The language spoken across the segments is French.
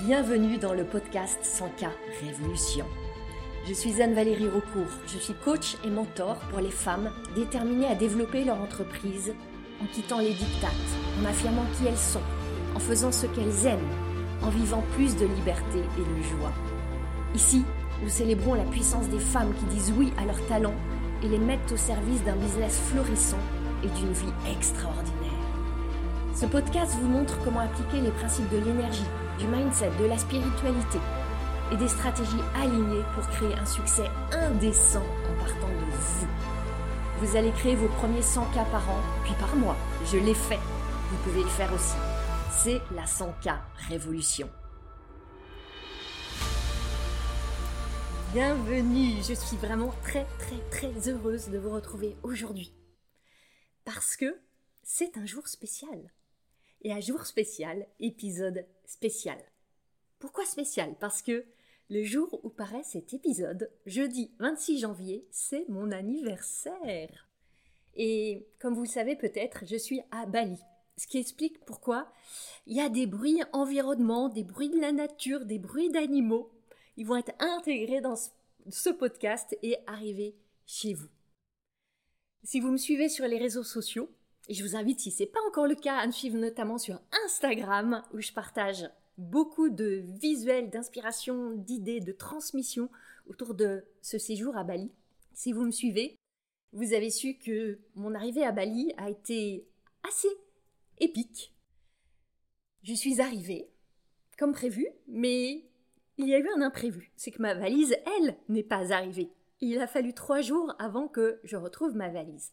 Bienvenue dans le podcast 100K Révolution. Je suis Anne-Valérie Raucourt, je suis coach et mentor pour les femmes déterminées à développer leur entreprise en quittant les diktats, en affirmant qui elles sont, en faisant ce qu'elles aiment, en vivant plus de liberté et de joie. Ici, nous célébrons la puissance des femmes qui disent oui à leurs talents et les mettent au service d'un business florissant et d'une vie extraordinaire. Ce podcast vous montre comment appliquer les principes de l'énergie, du mindset, de la spiritualité et des stratégies alignées pour créer un succès indécent en partant de vous. Vous allez créer vos premiers 100K par an, puis par mois. Je l'ai fait. Vous pouvez le faire aussi. C'est la 100K Révolution. Bienvenue, je suis vraiment très heureuse de vous retrouver aujourd'hui. Parce que c'est un jour spécial. Et un jour spécial, épisode spécial. Pourquoi spécial ? Parce que le jour où paraît cet épisode, jeudi 26 janvier, c'est mon anniversaire. Et comme vous le savez peut-être, je suis à Bali. Ce qui explique pourquoi il y a des bruits environnement, des bruits de la nature, des bruits d'animaux. Ils vont être intégrés dans ce podcast et arriver chez vous. Si vous me suivez sur les réseaux sociaux, et je vous invite, si ce n'est pas encore le cas, à me suivre notamment sur Instagram, où je partage beaucoup de visuels, d'inspiration, d'idées, de transmission autour de ce séjour à Bali. Si vous me suivez, vous avez su que mon arrivée à Bali a été assez épique. Je suis arrivée, comme prévu, mais il y a eu un imprévu. C'est que ma valise, elle, n'est pas arrivée. Il a fallu 3 jours avant que je retrouve ma valise.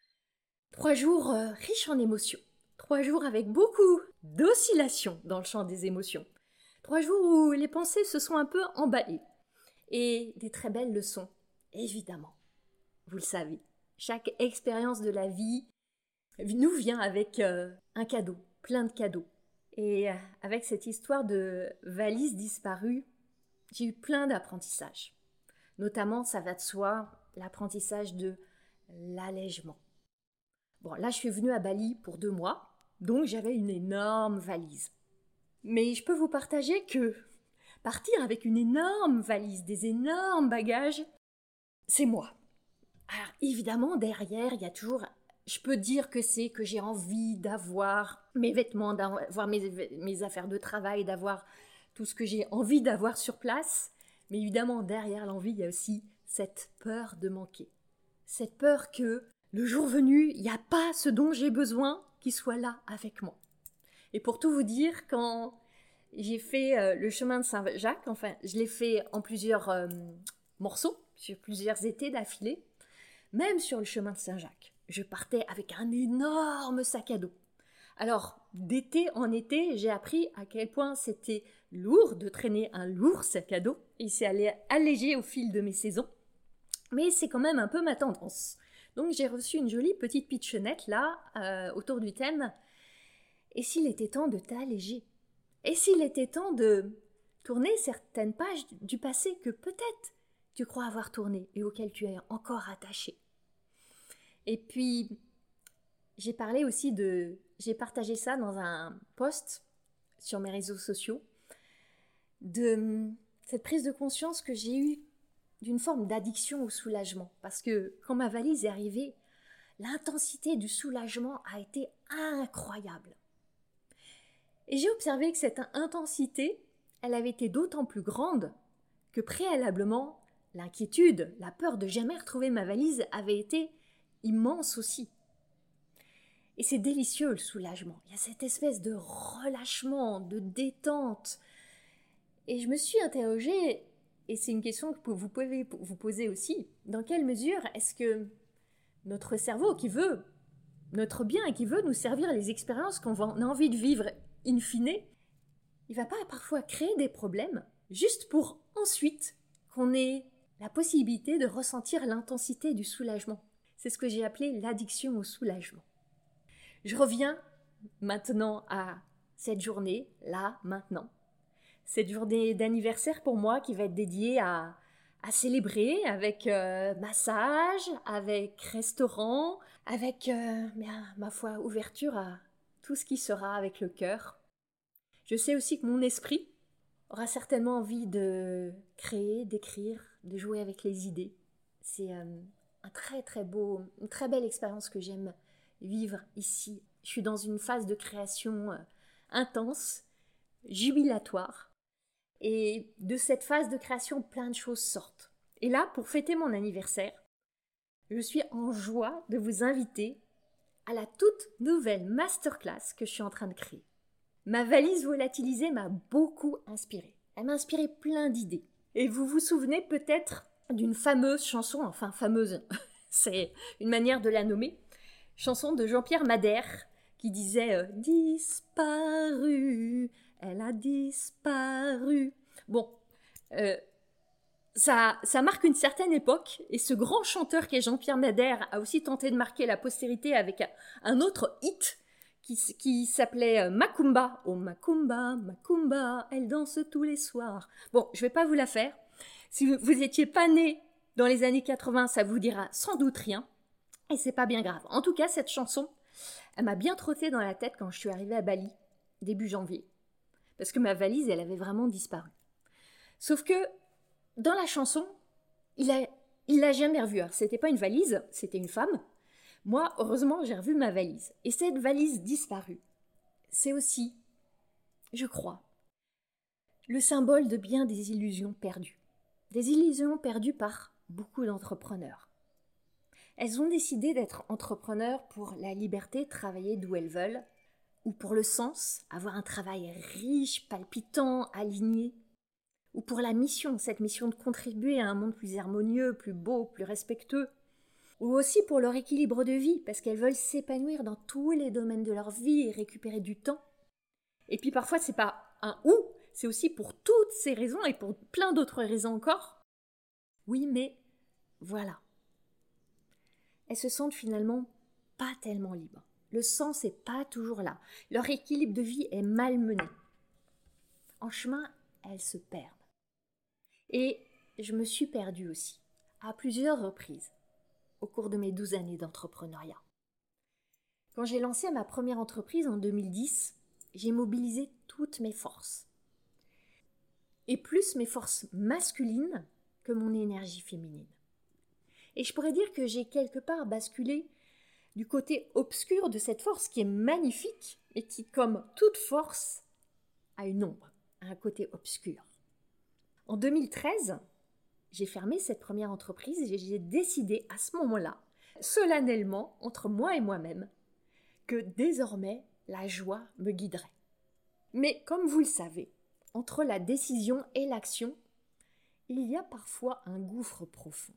3 jours riches en émotions. 3 jours avec beaucoup d'oscillations dans le champ des émotions. 3 jours où les pensées se sont un peu emballées. Et des très belles leçons, évidemment. Vous le savez, chaque expérience de la vie nous vient avec un cadeau, plein de cadeaux. Et avec cette histoire de valise disparue, j'ai eu plein d'apprentissages. Notamment, ça va de soi, l'apprentissage de l'allègement. Bon, là, je suis venue à Bali pour 2 mois, donc j'avais une énorme valise. Mais je peux vous partager que partir avec une énorme valise, des énormes bagages, c'est moi. Alors, évidemment, derrière, il y a toujours... Je peux dire que c'est que j'ai envie d'avoir mes vêtements, d'avoir mes affaires de travail, d'avoir tout ce que j'ai envie d'avoir sur place. Mais évidemment, derrière l'envie, il y a aussi cette peur de manquer. Cette peur que... le jour venu, il n'y a pas ce dont j'ai besoin qui soit là avec moi. Et pour tout vous dire, quand j'ai fait le chemin de Saint-Jacques, enfin, je l'ai fait en plusieurs morceaux, sur plusieurs étés d'affilée, même sur le chemin de Saint-Jacques, je partais avec un énorme sac à dos. Alors, d'été en été, j'ai appris à quel point c'était lourd de traîner un lourd sac à dos. Il s'est allégé au fil de mes saisons, mais c'est quand même un peu ma tendance. Donc j'ai reçu une jolie petite pitchounette là, autour du thème. Et s'il était temps de t'alléger ? Et s'il était temps de tourner certaines pages du passé que peut-être tu crois avoir tourné et auxquelles tu es encore attaché ? Et puis, j'ai partagé ça dans un post sur mes réseaux sociaux, de cette prise de conscience que j'ai eue d'une forme d'addiction au soulagement. Parce que quand ma valise est arrivée, l'intensité du soulagement a été incroyable. Et j'ai observé que cette intensité, elle avait été d'autant plus grande que préalablement, l'inquiétude, la peur de jamais retrouver ma valise avait été immense aussi. Et c'est délicieux le soulagement. Il y a cette espèce de relâchement, de détente. Et je me suis interrogée, et c'est une question que vous pouvez vous poser aussi. Dans quelle mesure est-ce que notre cerveau qui veut notre bien et qui veut nous servir les expériences qu'on a envie de vivre in fine, il va pas parfois créer des problèmes juste pour ensuite qu'on ait la possibilité de ressentir l'intensité du soulagement. C'est ce que j'ai appelé l'addiction au soulagement. Je reviens maintenant à cette journée, là, maintenant. Cette journée d'anniversaire pour moi qui va être dédiée à célébrer avec massage, avec restaurant, avec, ma foi, ouverture à tout ce qui sera avec le cœur. Je sais aussi que mon esprit aura certainement envie de créer, d'écrire, de jouer avec les idées. C'est une très belle expérience que j'aime vivre ici. Je suis dans une phase de création intense, jubilatoire. Et de cette phase de création, plein de choses sortent. Et là, pour fêter mon anniversaire, je suis en joie de vous inviter à la toute nouvelle masterclass que je suis en train de créer. Ma valise volatilisée m'a beaucoup inspirée. Elle m'a inspiré plein d'idées. Et vous vous souvenez peut-être d'une fameuse chanson, enfin fameuse, c'est une manière de la nommer, chanson de Jean-Pierre Madère qui disait « Disparue, elle a disparu ». Bon, ça marque une certaine époque, et ce grand chanteur qui est Jean-Pierre Madère a aussi tenté de marquer la postérité avec un autre hit qui s'appelait Macumba. Oh Macumba, Macumba, elle danse tous les soirs. Bon, je vais pas vous la faire. Si vous n'étiez pas né dans les années 80, ça vous dira sans doute rien, et c'est pas bien grave. En tout cas, cette chanson, elle m'a bien trotté dans la tête quand je suis arrivée à Bali, début janvier, parce que ma valise, elle avait vraiment disparu. Sauf que dans la chanson, il l'a jamais revue. Alors, c'était pas une valise, c'était une femme. Moi, heureusement, j'ai revu ma valise. Et cette valise disparue, c'est aussi, je crois, le symbole de bien des illusions perdues. Des illusions perdues par beaucoup d'entrepreneurs. Elles ont décidé d'être entrepreneurs pour la liberté, travailler d'où elles veulent, ou pour le sens, avoir un travail riche, palpitant, aligné, ou pour la mission, cette mission de contribuer à un monde plus harmonieux, plus beau, plus respectueux, ou aussi pour leur équilibre de vie, parce qu'elles veulent s'épanouir dans tous les domaines de leur vie et récupérer du temps. Et puis parfois, c'est pas un ou, c'est aussi pour toutes ces raisons et pour plein d'autres raisons encore. Oui, mais voilà. Elles se sentent finalement pas tellement libres. Le sens n'est pas toujours là. Leur équilibre de vie est malmené. En chemin, elles se perdent. Et je me suis perdue aussi, à plusieurs reprises, au cours de mes 12 années d'entrepreneuriat. Quand j'ai lancé ma première entreprise en 2010, j'ai mobilisé toutes mes forces. Et plus mes forces masculines que mon énergie féminine. Et je pourrais dire que j'ai quelque part basculé du côté obscur de cette force qui est magnifique et qui, comme toute force, a une ombre, a un côté obscur. En 2013, j'ai fermé cette première entreprise et j'ai décidé à ce moment-là, solennellement, entre moi et moi-même, que désormais, la joie me guiderait. Mais comme vous le savez, entre la décision et l'action, il y a parfois un gouffre profond.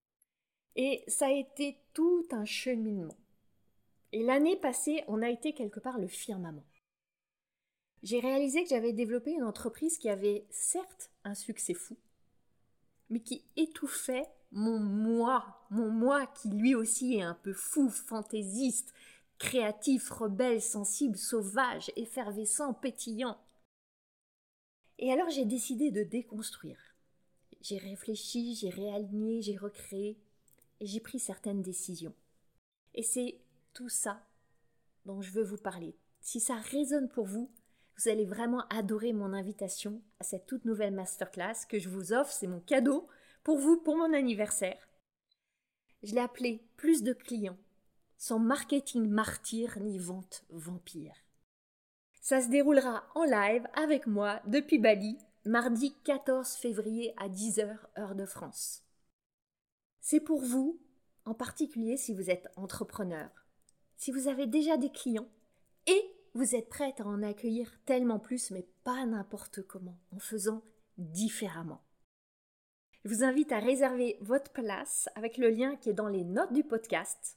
Et ça a été tout un cheminement. Et l'année passée, on a été quelque part le firmament. J'ai réalisé que j'avais développé une entreprise qui avait certes un succès fou, mais qui étouffait mon moi qui lui aussi est un peu fou, fantaisiste, créatif, rebelle, sensible, sauvage, effervescent, pétillant. Et alors j'ai décidé de déconstruire. J'ai réfléchi, j'ai réaligné, j'ai recréé, et j'ai pris certaines décisions. Et c'est tout ça dont je veux vous parler. Si ça résonne pour vous, vous allez vraiment adorer mon invitation à cette toute nouvelle masterclass que je vous offre. C'est mon cadeau pour vous, pour mon anniversaire. Je l'ai appelé « Plus de clients, sans marketing martyr ni vente vampire ». Ça se déroulera en live avec moi depuis Bali, mardi 14 février à 10h, heure de France. C'est pour vous, en particulier si vous êtes entrepreneur, si vous avez déjà des clients et vous êtes prête à en accueillir tellement plus, mais pas n'importe comment, en faisant différemment. Je vous invite à réserver votre place avec le lien qui est dans les notes du podcast.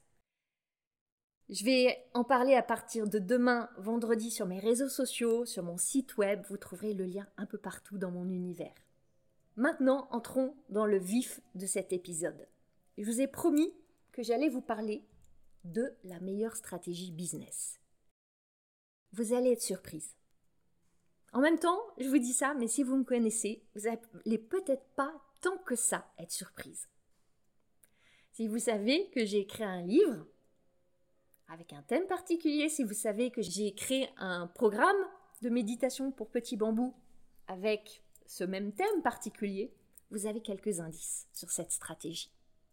Je vais en parler à partir de demain, vendredi, sur mes réseaux sociaux, sur mon site web. Vous trouverez le lien un peu partout dans mon univers. Maintenant, entrons dans le vif de cet épisode. Je vous ai promis que j'allais vous parler de la meilleure stratégie business. Vous allez être surprise. En même temps, je vous dis ça, mais si vous me connaissez, vous n'allez peut-être pas tant que ça être surprise. Si vous savez que j'ai écrit un livre avec un thème particulier, si vous savez que j'ai créé un programme de méditation pour Petit Bambou avec ce même thème particulier, vous avez quelques indices sur cette stratégie.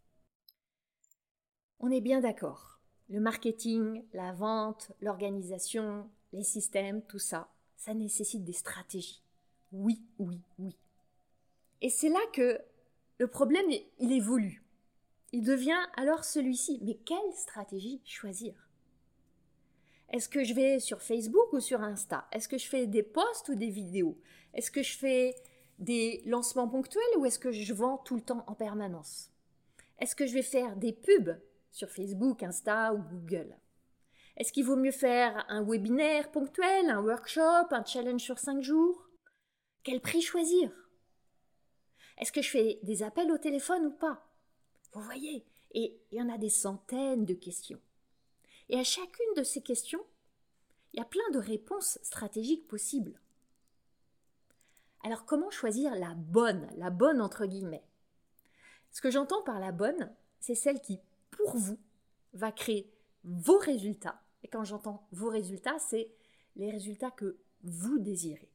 On est bien d'accord. Le marketing, la vente, l'organisation, les systèmes, tout ça, ça nécessite des stratégies. Oui, oui, oui. Et c'est là que le problème, il évolue. Il devient alors celui-ci. Mais quelle stratégie choisir ? Est-ce que je vais sur Facebook ou sur Insta ? Est-ce que je fais des posts ou des vidéos ? Est-ce que je fais des lancements ponctuels ou est-ce que je vends tout le temps en permanence ? Est-ce que je vais faire des pubs sur Facebook, Insta ou Google ? Est-ce qu'il vaut mieux faire un webinaire ponctuel, un workshop, un challenge sur 5 jours ? Quel prix choisir ? Est-ce que je fais des appels au téléphone ou pas ? Vous voyez, et il y en a des centaines de questions. Et à chacune de ces questions, il y a plein de réponses stratégiques possibles. Alors comment choisir la bonne entre guillemets ? Ce que j'entends par la bonne, c'est celle qui, pour vous, va créer vos résultats. Et quand j'entends vos résultats, c'est les résultats que vous désirez.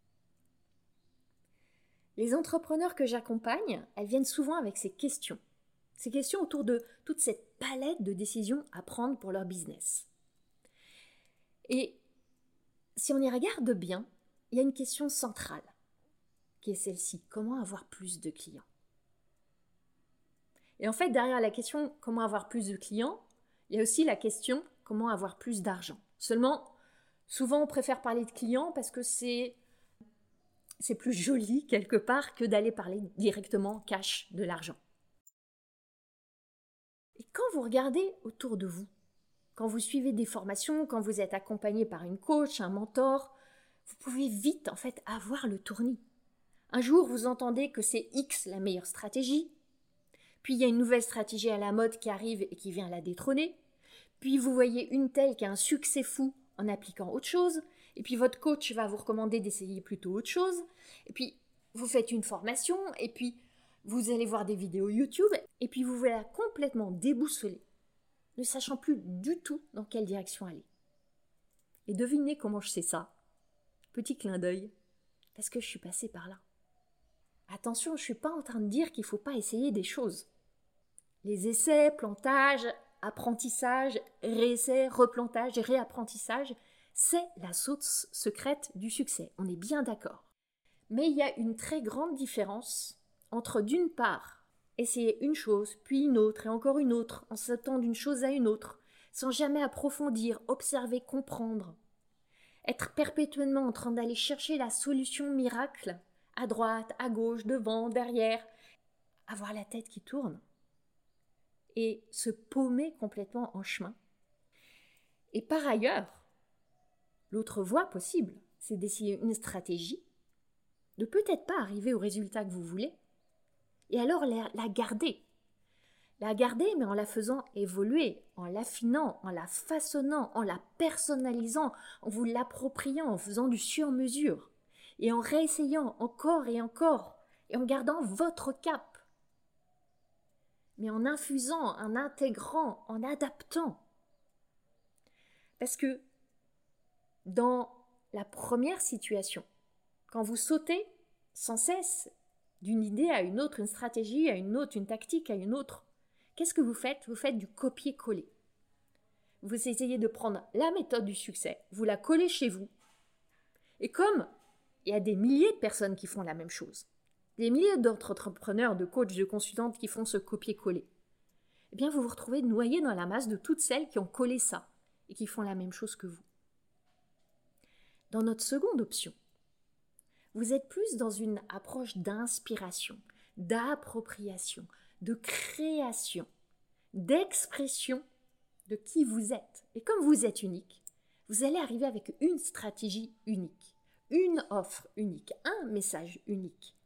Les entrepreneurs que j'accompagne, elles viennent souvent avec ces questions. Ces questions autour de toute cette palette de décisions à prendre pour leur business. Et si on y regarde bien, il y a une question centrale, qui est celle-ci. Comment avoir plus de clients ? Et en fait, derrière la question « Comment avoir plus de clients ?», il y a aussi la question « Comment avoir plus d'argent ?» Seulement, souvent on préfère parler de clients parce que c'est plus joli quelque part que d'aller parler directement cash de l'argent. Et quand vous regardez autour de vous, quand vous suivez des formations, quand vous êtes accompagné par une coach, un mentor, vous pouvez vite en fait avoir le tournis. Un jour, vous entendez que c'est X la meilleure stratégie, puis il y a une nouvelle stratégie à la mode qui arrive et qui vient la détrôner, puis vous voyez une telle qui a un succès fou en appliquant autre chose, et puis votre coach va vous recommander d'essayer plutôt autre chose, et puis vous faites une formation, et puis vous allez voir des vidéos YouTube, et puis vous voilà complètement déboussolé, ne sachant plus du tout dans quelle direction aller. Et devinez comment je sais ça ? Petit clin d'œil, parce que je suis passée par là. Attention, je ne suis pas en train de dire qu'il ne faut pas essayer des choses. Les essais, plantage, apprentissage, réessai, replantage, réapprentissage, c'est la source secrète du succès. On est bien d'accord. Mais il y a une très grande différence entre d'une part, essayer une chose, puis une autre et encore une autre, en sautant d'une chose à une autre, sans jamais approfondir, observer, comprendre. Être perpétuellement en train d'aller chercher la solution miracle, à droite, à gauche, devant, derrière, avoir la tête qui tourne et se paumer complètement en chemin. Et par ailleurs, l'autre voie possible, c'est d'essayer une stratégie, de peut-être pas arriver au résultat que vous voulez, et alors la garder. La garder, mais en la faisant évoluer, en l'affinant, en la façonnant, en la personnalisant, en vous l'appropriant, en faisant du sur-mesure, et en réessayant encore et encore, et en gardant votre cap, mais en infusant, en intégrant, en adaptant. Parce que dans la première situation, quand vous sautez sans cesse d'une idée à une autre, une stratégie à une autre, une tactique à une autre, qu'est-ce que vous faites ? Vous faites du copier-coller. Vous essayez de prendre la méthode du succès, vous la collez chez vous. Et comme il y a des milliers de personnes qui font la même chose, des milliers d'autres entrepreneurs, de coachs, de consultantes qui font ce copier-coller, eh bien vous vous retrouvez noyé dans la masse de toutes celles qui ont collé ça et qui font la même chose que vous. Dans notre seconde option, vous êtes plus dans une approche d'inspiration, d'appropriation, de création, d'expression de qui vous êtes. Et comme vous êtes unique, vous allez arriver avec une stratégie unique, une offre unique, un message unique.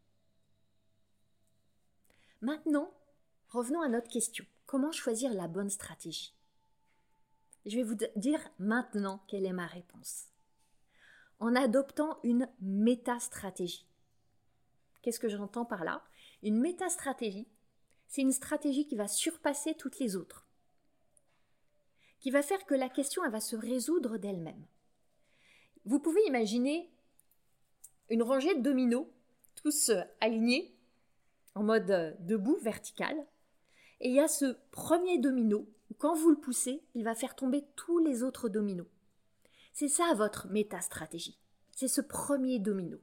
Maintenant, revenons à notre question. Comment choisir la bonne stratégie ? Je vais vous dire maintenant quelle est ma réponse. En adoptant une métastratégie. Qu'est-ce que j'entends par là ? Une métastratégie, c'est une stratégie qui va surpasser toutes les autres, qui va faire que la question elle va se résoudre d'elle-même. Vous pouvez imaginer une rangée de dominos tous alignés, en mode debout, vertical. Et il y a ce premier domino, où quand vous le poussez, il va faire tomber tous les autres dominos. C'est ça votre métastratégie. C'est ce premier domino.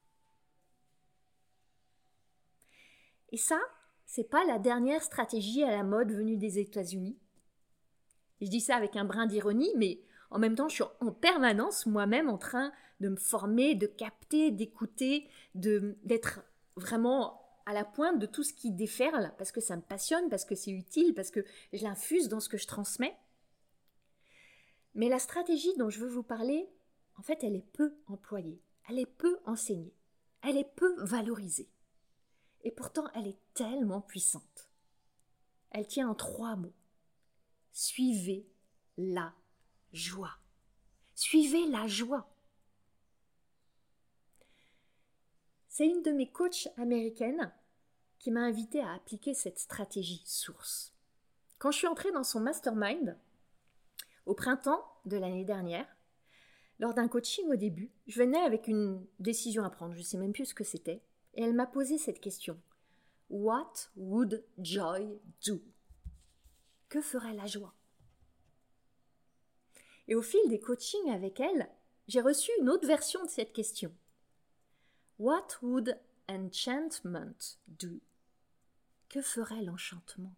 Et ça, c'est pas la dernière stratégie à la mode venue des États-Unis. Je dis ça avec un brin d'ironie, mais en même temps, je suis en permanence moi-même en train de me former, de capter, d'écouter, d'être vraiment à la pointe de tout ce qui déferle, parce que ça me passionne, parce que c'est utile, parce que je l'infuse dans ce que je transmets. Mais la stratégie dont je veux vous parler, en fait, elle est peu employée, elle est peu enseignée, elle est peu valorisée. Et pourtant, elle est tellement puissante. Elle tient en 3 mots. Suivez la joie. Suivez la joie. C'est une de mes coachs américaines qui m'a invitée à appliquer cette stratégie source. Quand je suis entrée dans son mastermind, au printemps de l'année dernière, lors d'un coaching au début, je venais avec une décision à prendre, je ne sais même plus ce que c'était, et elle m'a posé cette question. What would joy do? Que ferait la joie? Et au fil des coachings avec elle, j'ai reçu une autre version de cette question. What would enchantment do? Que ferait l'enchantement?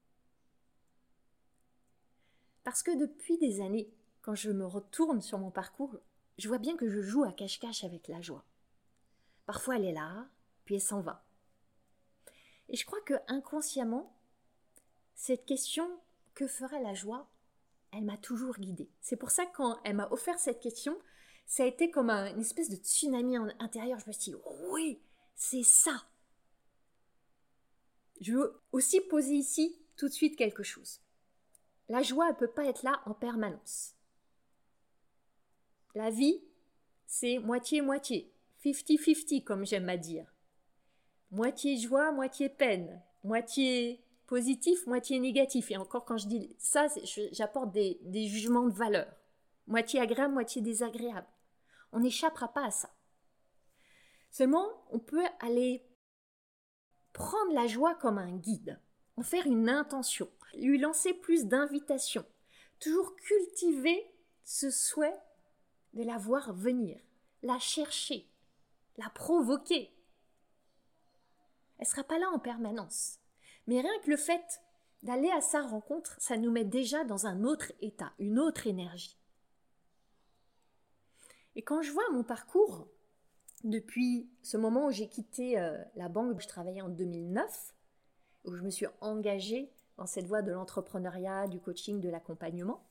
Parce que depuis des années, quand je me retourne sur mon parcours, je vois bien que je joue à cache-cache avec la joie. Parfois elle est là, puis elle s'en va. Et je crois que inconsciemment, cette question « que ferait la joie ?» elle m'a toujours guidée. C'est pour ça que quand elle m'a offert cette question, ça a été comme une espèce de tsunami intérieur. Je me suis dit « oui, c'est ça !» Je veux aussi poser ici tout de suite quelque chose. La joie, elle ne peut pas être là en permanence. La vie, c'est moitié-moitié, 50-50 comme j'aime à dire. Moitié joie, moitié peine, moitié positif, moitié négatif. Et encore quand je dis ça, j'apporte des jugements de valeur. Moitié agréable, moitié désagréable. On n'échappera pas à ça. Seulement, on peut aller prendre la joie comme un guide, en faire une intention, lui lancer plus d'invitations, toujours cultiver ce souhait de la voir venir, la chercher, la provoquer. Elle ne sera pas là en permanence. Mais rien que le fait d'aller à sa rencontre, ça nous met déjà dans un autre état, une autre énergie. Et quand je vois mon parcours, depuis ce moment où j'ai quitté la banque où je travaillais en 2009, où je me suis engagée dans cette voie de l'entrepreneuriat, du coaching, de l'accompagnement,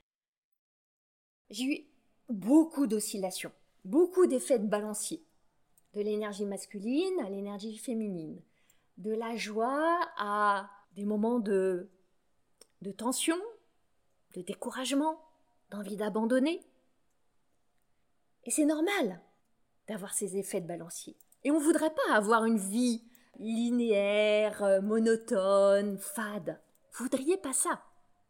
j'ai eu beaucoup d'oscillations, beaucoup d'effets de balancier, de l'énergie masculine à l'énergie féminine, de la joie à des moments de tension, de découragement, d'envie d'abandonner. Et c'est normal d'avoir ces effets de balancier. Et on ne voudrait pas avoir une vie linéaire, monotone, fade. Vous ne voudriez pas ça.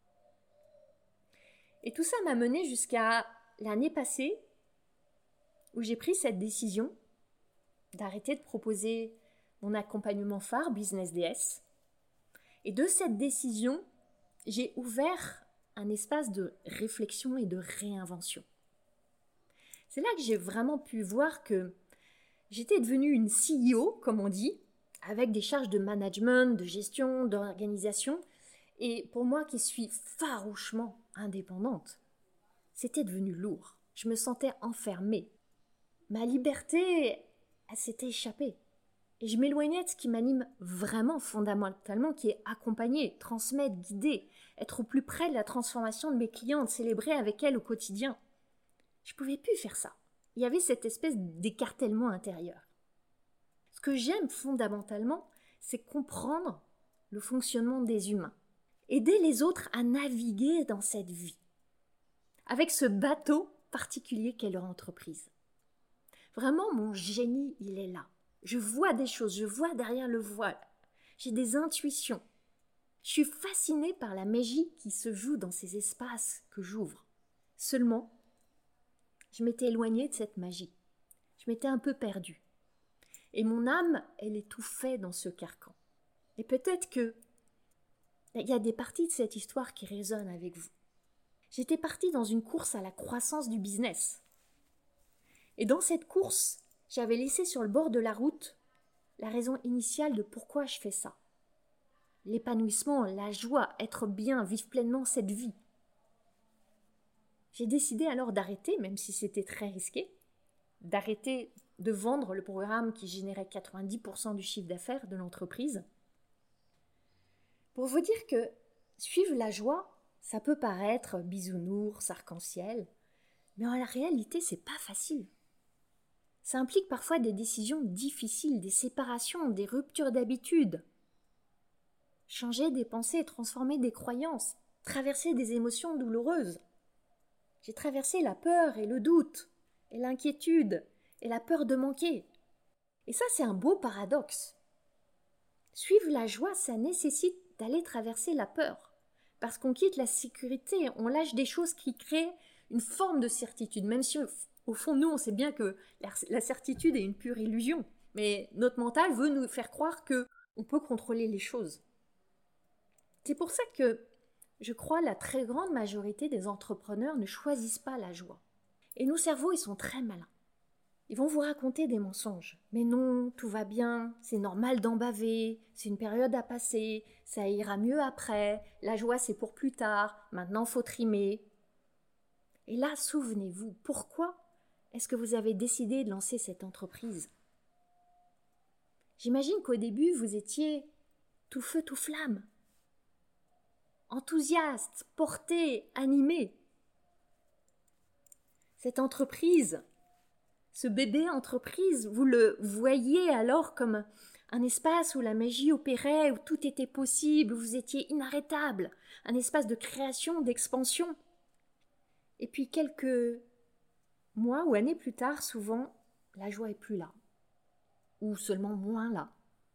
Et tout ça m'a mené jusqu'à l'année passée où j'ai pris cette décision d'arrêter de proposer mon accompagnement phare Business DS. Et de cette décision, j'ai ouvert un espace de réflexion et de réinvention. C'est là que j'ai vraiment pu voir que j'étais devenue une CEO, comme on dit, avec des charges de management, de gestion, d'organisation. Et pour moi qui suis farouchement indépendante, c'était devenu lourd. Je me sentais enfermée. Ma liberté, elle s'était échappée. Et je m'éloignais de ce qui m'anime vraiment fondamentalement, qui est accompagner, transmettre, guider, être au plus près de la transformation de mes clientes, célébrer avec elles au quotidien. Je ne pouvais plus faire ça. Il y avait cette espèce d'écartèlement intérieur. Ce que j'aime fondamentalement, c'est comprendre le fonctionnement des humains. Aider les autres à naviguer dans cette vie. Avec ce bateau particulier qu'est leur entreprise. Vraiment, mon génie, il est là. Je vois des choses, je vois derrière le voile. J'ai des intuitions. Je suis fascinée par la magie qui se joue dans ces espaces que j'ouvre. Seulement, je m'étais éloignée de cette magie. Je m'étais un peu perdue. Et mon âme, elle étouffait dans ce carcan. Et peut-être que il y a des parties de cette histoire qui résonnent avec vous. J'étais partie dans une course à la croissance du business. Et dans cette course, j'avais laissé sur le bord de la route la raison initiale de pourquoi je fais ça. L'épanouissement, la joie, être bien, vivre pleinement cette vie. J'ai décidé alors d'arrêter, même si c'était très risqué, d'arrêter de vendre le programme qui générait 90% du chiffre d'affaires de l'entreprise. Pour vous dire que suivre la joie, ça peut paraître bisounours, arc-en-ciel, mais en réalité, c'est pas facile. Ça implique parfois des décisions difficiles, des séparations, des ruptures d'habitude. Changer des pensées, transformer des croyances, traverser des émotions douloureuses. J'ai traversé la peur et le doute, et l'inquiétude, et la peur de manquer. Et ça, c'est un beau paradoxe. Suivre la joie, ça nécessite d'aller traverser la peur. Parce qu'on quitte la sécurité, on lâche des choses qui créent une forme de certitude. Même si, au fond, nous, on sait bien que la certitude est une pure illusion. Mais notre mental veut nous faire croire qu'on peut contrôler les choses. C'est pour ça que je crois la très grande majorité des entrepreneurs ne choisissent pas la joie. Et nos cerveaux, ils sont très malins. Ils vont vous raconter des mensonges. Mais non, tout va bien, c'est normal d'en baver, c'est une période à passer, ça ira mieux après, la joie c'est pour plus tard, maintenant faut trimer. Et là, souvenez-vous, pourquoi est-ce que vous avez décidé de lancer cette entreprise? J'imagine qu'au début, vous étiez tout feu, tout flamme, enthousiaste, porté, animé. Cette entreprise, ce bébé entreprise, vous le voyez alors comme un espace où la magie opérait, où tout était possible, où vous étiez inarrêtable, un espace de création, d'expansion. Et puis quelques mois ou années plus tard, souvent, la joie est plus là, ou seulement moins là.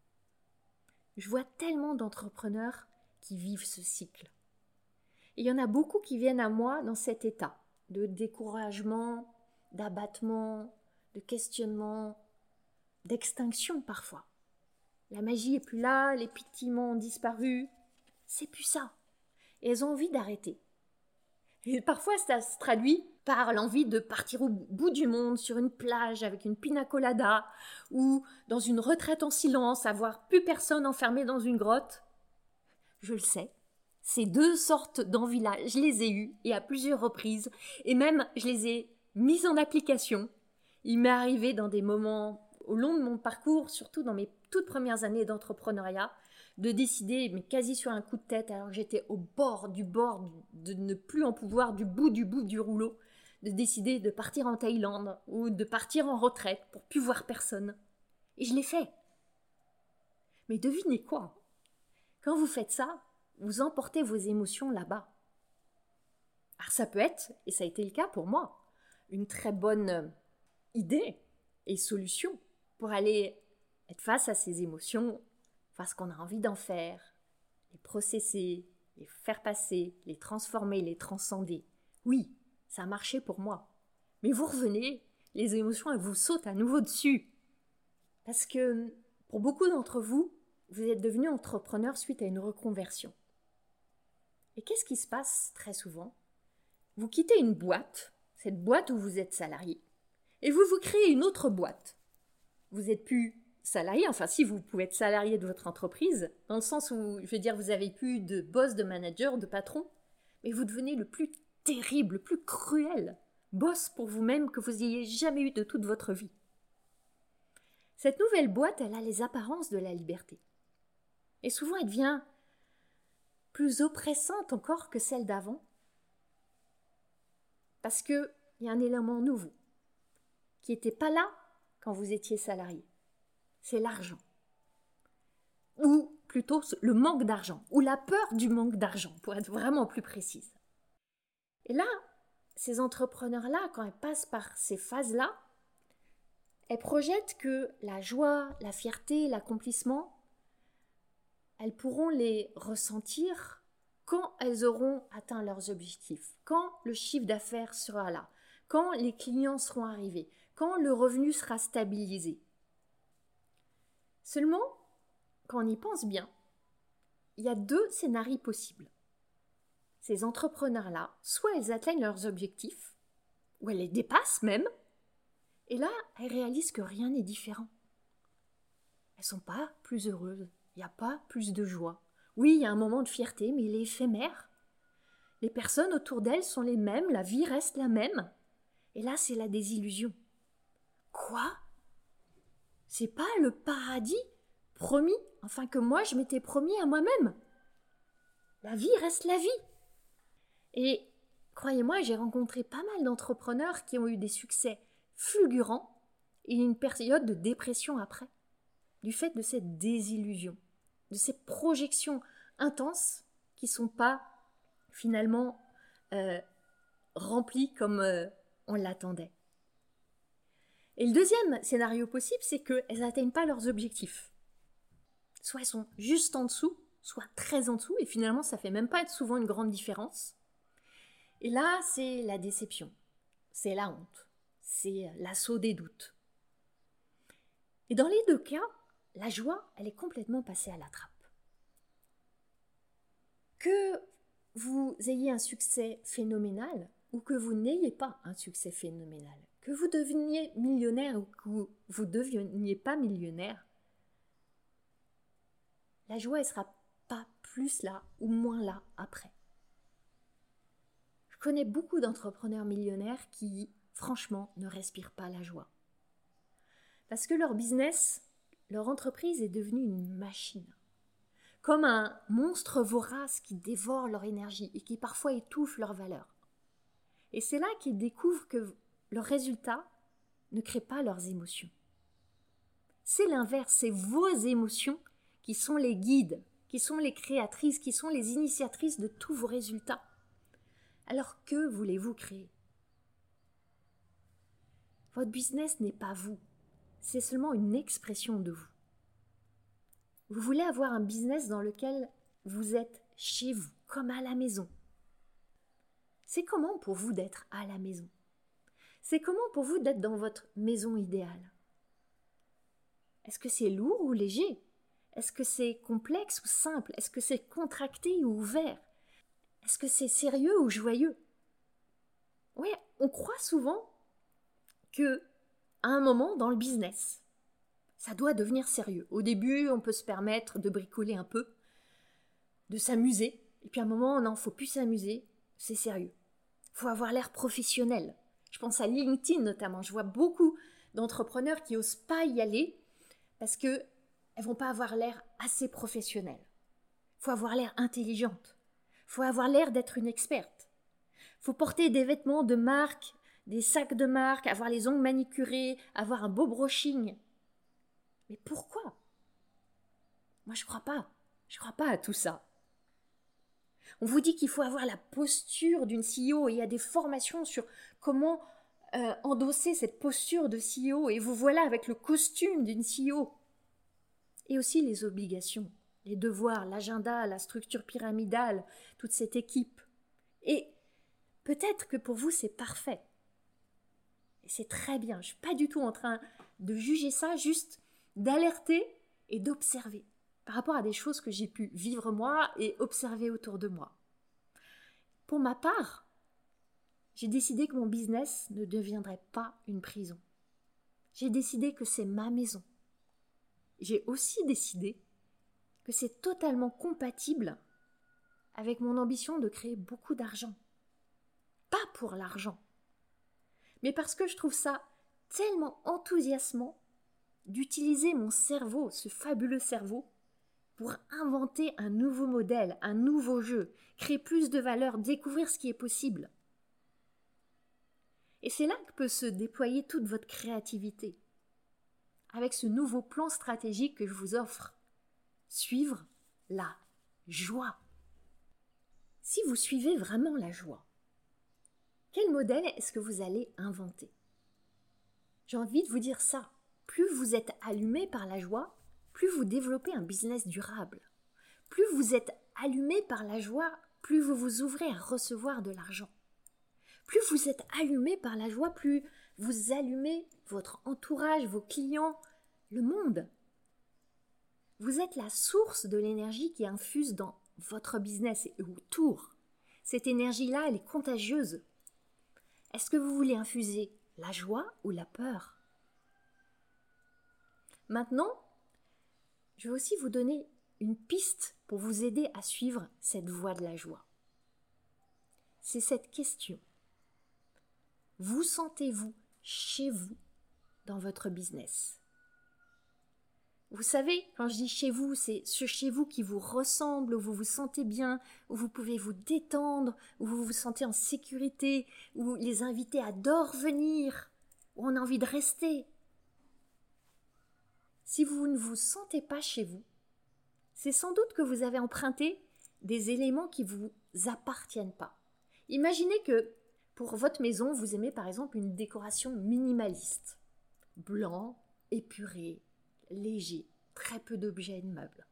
Je vois tellement d'entrepreneurs qui vivent ce cycle. Et il y en a beaucoup qui viennent à moi dans cet état de découragement, d'abattement, de questionnement, d'extinction parfois. La magie est plus là, les pétillements ont disparu, c'est plus ça. Et elles ont envie d'arrêter. Et parfois ça se traduit par l'envie de partir au bout du monde, sur une plage avec une pina colada, ou dans une retraite en silence, avoir plus personne enfermé dans une grotte. Je le sais. Ces deux sortes d'envies-là, je les ai eues, et à plusieurs reprises, et même je les ai mises en application. Il m'est arrivé dans des moments au long de mon parcours, surtout dans mes toutes premières années d'entrepreneuriat, de décider, mais quasi sur un coup de tête, alors que j'étais au bord, de ne plus en pouvoir, du bout du rouleau, de décider de partir en Thaïlande ou de partir en retraite pour plus voir personne. Et je l'ai fait. Mais devinez quoi? Quand vous faites ça, vous emportez vos émotions là-bas. Alors ça peut être, et ça a été le cas pour moi, une très bonne idée et solution pour aller être face à ces émotions, face qu'on a envie d'en faire, les processer, les faire passer, les transformer, les transcender. Oui, ça a marché pour moi. Mais vous revenez, les émotions, elles vous sautent à nouveau dessus. Parce que pour beaucoup d'entre vous, vous êtes devenus entrepreneurs suite à une reconversion. Et qu'est-ce qui se passe très souvent? Vous quittez une boîte, cette boîte où vous êtes salarié, et vous créez une autre boîte. Vous n'êtes plus salarié, enfin si vous pouvez être salarié de votre entreprise, dans le sens où, je veux dire, vous n'avez plus de boss, de manager, de patron, mais vous devenez le plus terrible, le plus cruel boss pour vous-même que vous ayez jamais eu de toute votre vie. Cette nouvelle boîte, elle a les apparences de la liberté. Et souvent, elle devient plus oppressante encore que celle d'avant, parce qu'il y a un élément nouveau qui n'était pas là quand vous étiez salarié. C'est l'argent. Ou plutôt le manque d'argent, ou la peur du manque d'argent, pour être vraiment plus précise. Et là, ces entrepreneurs-là, quand elles passent par ces phases-là, elles projettent que la joie, la fierté, l'accomplissement, elles pourront les ressentir quand elles auront atteint leurs objectifs, quand le chiffre d'affaires sera là, quand les clients seront arrivés, quand le revenu sera stabilisé. Seulement, quand on y pense bien, il y a 2 scénarios possibles. Ces entrepreneurs-là, soit elles atteignent leurs objectifs, ou elles les dépassent même, et là, elles réalisent que rien n'est différent. Elles ne sont pas plus heureuses, il n'y a pas plus de joie. Oui, il y a un moment de fierté, mais il est éphémère. Les personnes autour d'elles sont les mêmes, la vie reste la même. Et là, c'est la désillusion. Quoi ? C'est pas le paradis promis, enfin que moi je m'étais promis à moi-même. La vie reste la vie. Et croyez-moi, j'ai rencontré pas mal d'entrepreneurs qui ont eu des succès fulgurants et une période de dépression après, du fait de cette désillusion, de ces projections intenses qui ne sont pas finalement remplies comme on l'attendait. Et le deuxième scénario possible, c'est qu'elles n'atteignent pas leurs objectifs. Soit elles sont juste en dessous, soit très en dessous, et finalement ça ne fait même pas souvent une grande différence. Et là, c'est la déception, c'est la honte, c'est l'assaut des doutes. Et dans les 2 cas, la joie, elle est complètement passée à la trappe. Que vous ayez un succès phénoménal ou que vous n'ayez pas un succès phénoménal, que vous deveniez millionnaire ou que vous ne deveniez pas millionnaire, la joie, elle ne sera pas plus là ou moins là après. Je connais beaucoup d'entrepreneurs millionnaires qui, franchement, ne respirent pas la joie. Parce que leur business, leur entreprise est devenue une machine. Comme un monstre vorace qui dévore leur énergie et qui parfois étouffe leur valeur. Et c'est là qu'ils découvrent que leurs résultats ne créent pas leurs émotions. C'est l'inverse, c'est vos émotions qui sont les guides, qui sont les créatrices, qui sont les initiatrices de tous vos résultats. Alors que voulez-vous créer ? Votre business n'est pas vous, c'est seulement une expression de vous. Vous voulez avoir un business dans lequel vous êtes chez vous, comme à la maison. C'est comment pour vous d'être à la maison ? C'est comment pour vous d'être dans votre maison idéale ? Est-ce que c'est lourd ou léger ? Est-ce que c'est complexe ou simple ? Est-ce que c'est contracté ou ouvert ? Est-ce que c'est sérieux ou joyeux ? Oui, on croit souvent que à un moment dans le business, ça doit devenir sérieux. Au début, on peut se permettre de bricoler un peu, de s'amuser. Et puis à un moment, non, il ne faut plus s'amuser, c'est sérieux. Il faut avoir l'air professionnel. Je pense à LinkedIn notamment. Je vois beaucoup d'entrepreneurs qui n'osent pas y aller parce qu'elles ne vont pas avoir l'air assez professionnel. Il faut avoir l'air intelligente. Il faut avoir l'air d'être une experte. Il faut porter des vêtements de marque, des sacs de marque, avoir les ongles manicurés, avoir un beau brushing. Mais pourquoi ? Moi, je crois pas. Je crois pas à tout ça. On vous dit qu'il faut avoir la posture d'une CEO et il y a des formations sur comment endosser cette posture de CEO et vous voilà avec le costume d'une CEO. Et aussi les obligations, les devoirs, l'agenda, la structure pyramidale, toute cette équipe. Et peut-être que pour vous, c'est parfait. Et c'est très bien. Je ne suis pas du tout en train de juger ça, juste d'alerter et d'observer par rapport à des choses que j'ai pu vivre moi et observer autour de moi. Pour ma part, j'ai décidé que mon business ne deviendrait pas une prison. J'ai décidé que c'est ma maison. J'ai aussi décidé que c'est totalement compatible avec mon ambition de créer beaucoup d'argent. Pas pour l'argent, mais parce que je trouve ça tellement enthousiasmant d'utiliser mon cerveau, ce fabuleux cerveau, pour inventer un nouveau modèle, un nouveau jeu, créer plus de valeur, découvrir ce qui est possible. Et c'est là que peut se déployer toute votre créativité, avec ce nouveau plan stratégique que je vous offre. Suivre la joie. Si vous suivez vraiment la joie, quel modèle est-ce que vous allez inventer ? J'ai envie de vous dire ça. Plus vous êtes allumé par la joie, plus vous développez un business durable. Plus vous êtes allumé par la joie, plus vous vous ouvrez à recevoir de l'argent. Plus vous êtes allumé par la joie, plus vous allumez votre entourage, vos clients, le monde. Vous êtes la source de l'énergie qui infuse dans votre business et autour. Cette énergie-là, elle est contagieuse. Est-ce que vous voulez infuser la joie ou la peur? Maintenant, je vais aussi vous donner une piste pour vous aider à suivre cette voie de la joie. C'est cette question. Vous sentez-vous chez vous dans votre business? Vous savez, quand je dis chez vous, c'est ce chez vous qui vous ressemble, où vous vous sentez bien, où vous pouvez vous détendre, où vous vous sentez en sécurité, où les invités adorent venir, où on a envie de rester. Si vous ne vous sentez pas chez vous, c'est sans doute que vous avez emprunté des éléments qui ne vous appartiennent pas. Imaginez que pour votre maison, vous aimez par exemple une décoration minimaliste. Blanc, épuré, léger, très peu d'objets et de meubles.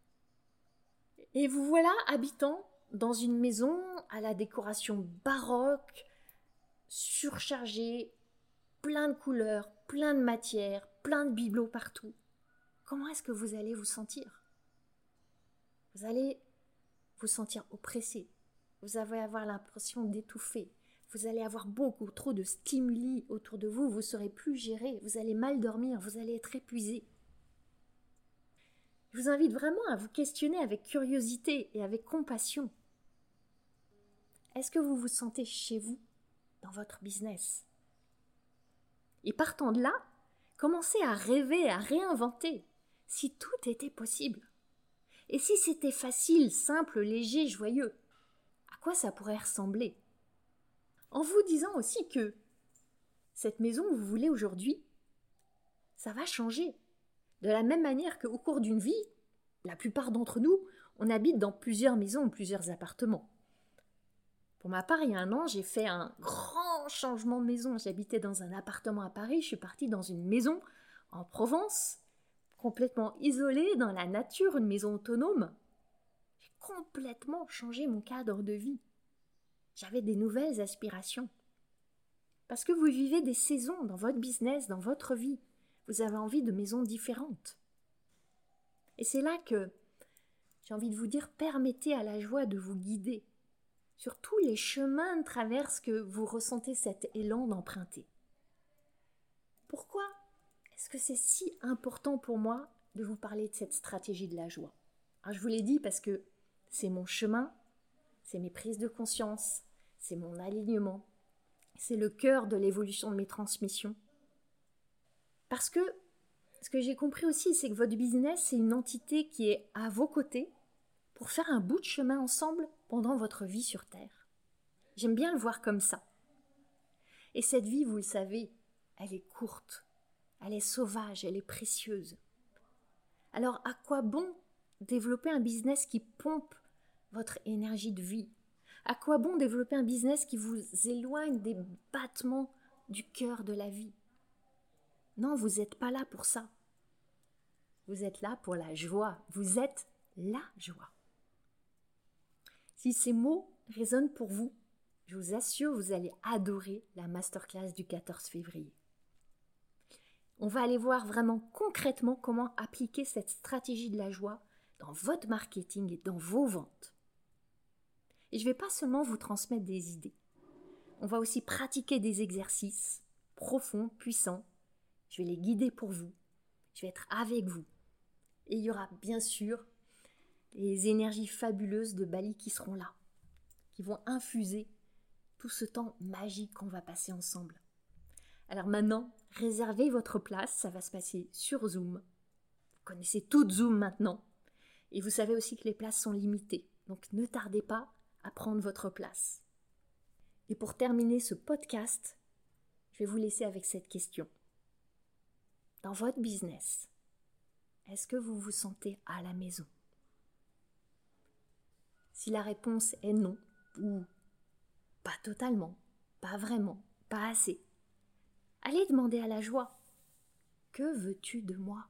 Et vous voilà habitant dans une maison à la décoration baroque, surchargée, plein de couleurs, plein de matières, plein de bibelots partout. Comment est-ce que vous allez vous sentir? Vous allez vous sentir oppressé. Vous allez avoir l'impression d'étouffer. Vous allez avoir beaucoup trop de stimuli autour de vous. Vous ne saurez plus gérer. Vous allez mal dormir. Vous allez être épuisé. Je vous invite vraiment à vous questionner avec curiosité et avec compassion. Est-ce que vous vous sentez chez vous dans votre business? Et partant de là, commencez à rêver, à réinventer. Si tout était possible. Et si c'était facile, simple, léger, joyeux, à quoi ça pourrait ressembler? En vous disant aussi que cette maison que vous voulez aujourd'hui, ça va changer. De la même manière qu'au cours d'une vie, la plupart d'entre nous, on habite dans plusieurs maisons ou plusieurs appartements. Pour ma part, il y a 1 an, j'ai fait un grand changement de maison. J'habitais dans un appartement à Paris, je suis partie dans une maison en Provence, complètement isolée dans la nature, une maison autonome. J'ai complètement changé mon cadre de vie. J'avais des nouvelles aspirations. Parce que vous vivez des saisons dans votre business, dans votre vie. Vous avez envie de maisons différentes. Et c'est là que j'ai envie de vous dire, permettez à la joie de vous guider sur tous les chemins de traverse que vous ressentez cet élan d'emprunter. Pourquoi est-ce que c'est si important pour moi de vous parler de cette stratégie de la joie? Alors, je vous l'ai dit parce que c'est mon chemin, c'est mes prises de conscience, c'est mon alignement, c'est le cœur de l'évolution de mes transmissions. Parce que ce que j'ai compris aussi, c'est que votre business, c'est une entité qui est à vos côtés pour faire un bout de chemin ensemble pendant votre vie sur Terre. J'aime bien le voir comme ça. Et cette vie, vous le savez, elle est courte, elle est sauvage, elle est précieuse. Alors à quoi bon développer un business qui pompe votre énergie de vie? À quoi bon développer un business qui vous éloigne des battements du cœur de la vie? Non, vous n'êtes pas là pour ça. Vous êtes là pour la joie. Vous êtes la joie. Si ces mots résonnent pour vous, je vous assure, vous allez adorer la masterclass du 14 février. On va aller voir vraiment concrètement comment appliquer cette stratégie de la joie dans votre marketing et dans vos ventes. Et je ne vais pas seulement vous transmettre des idées. On va aussi pratiquer des exercices profonds, puissants. Je vais les guider pour vous. Je vais être avec vous. Et il y aura bien sûr les énergies fabuleuses de Bali qui seront là, qui vont infuser tout ce temps magique qu'on va passer ensemble. Alors maintenant, réservez votre place, ça va se passer sur Zoom. Vous connaissez toutes Zoom maintenant. Et vous savez aussi que les places sont limitées. Donc ne tardez pas à prendre votre place. Et pour terminer ce podcast, je vais vous laisser avec cette question. Dans votre business, est-ce que vous vous sentez à la maison? Si la réponse est non, ou pas totalement, pas vraiment, pas assez, allez demander à la joie. Que veux-tu de moi?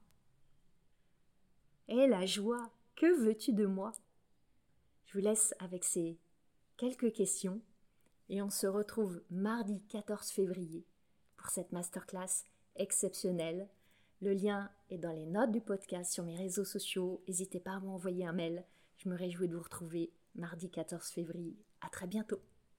Et la joie, que veux-tu de moi? Je vous laisse avec ces quelques questions et on se retrouve mardi 14 février pour cette masterclass exceptionnelle Le lien est dans les notes du podcast sur mes réseaux sociaux. N'hésitez pas à m'envoyer un mail. Je me réjouis de vous retrouver mardi 14 février. À très bientôt.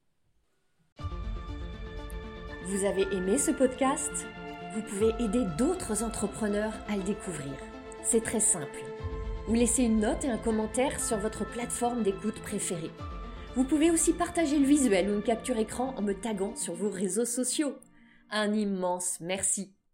Vous avez aimé ce podcast ? Vous pouvez aider d'autres entrepreneurs à le découvrir. C'est très simple. Vous laissez une note et un commentaire sur votre plateforme d'écoute préférée. Vous pouvez aussi partager le visuel ou une capture écran en me taguant sur vos réseaux sociaux. Un immense merci.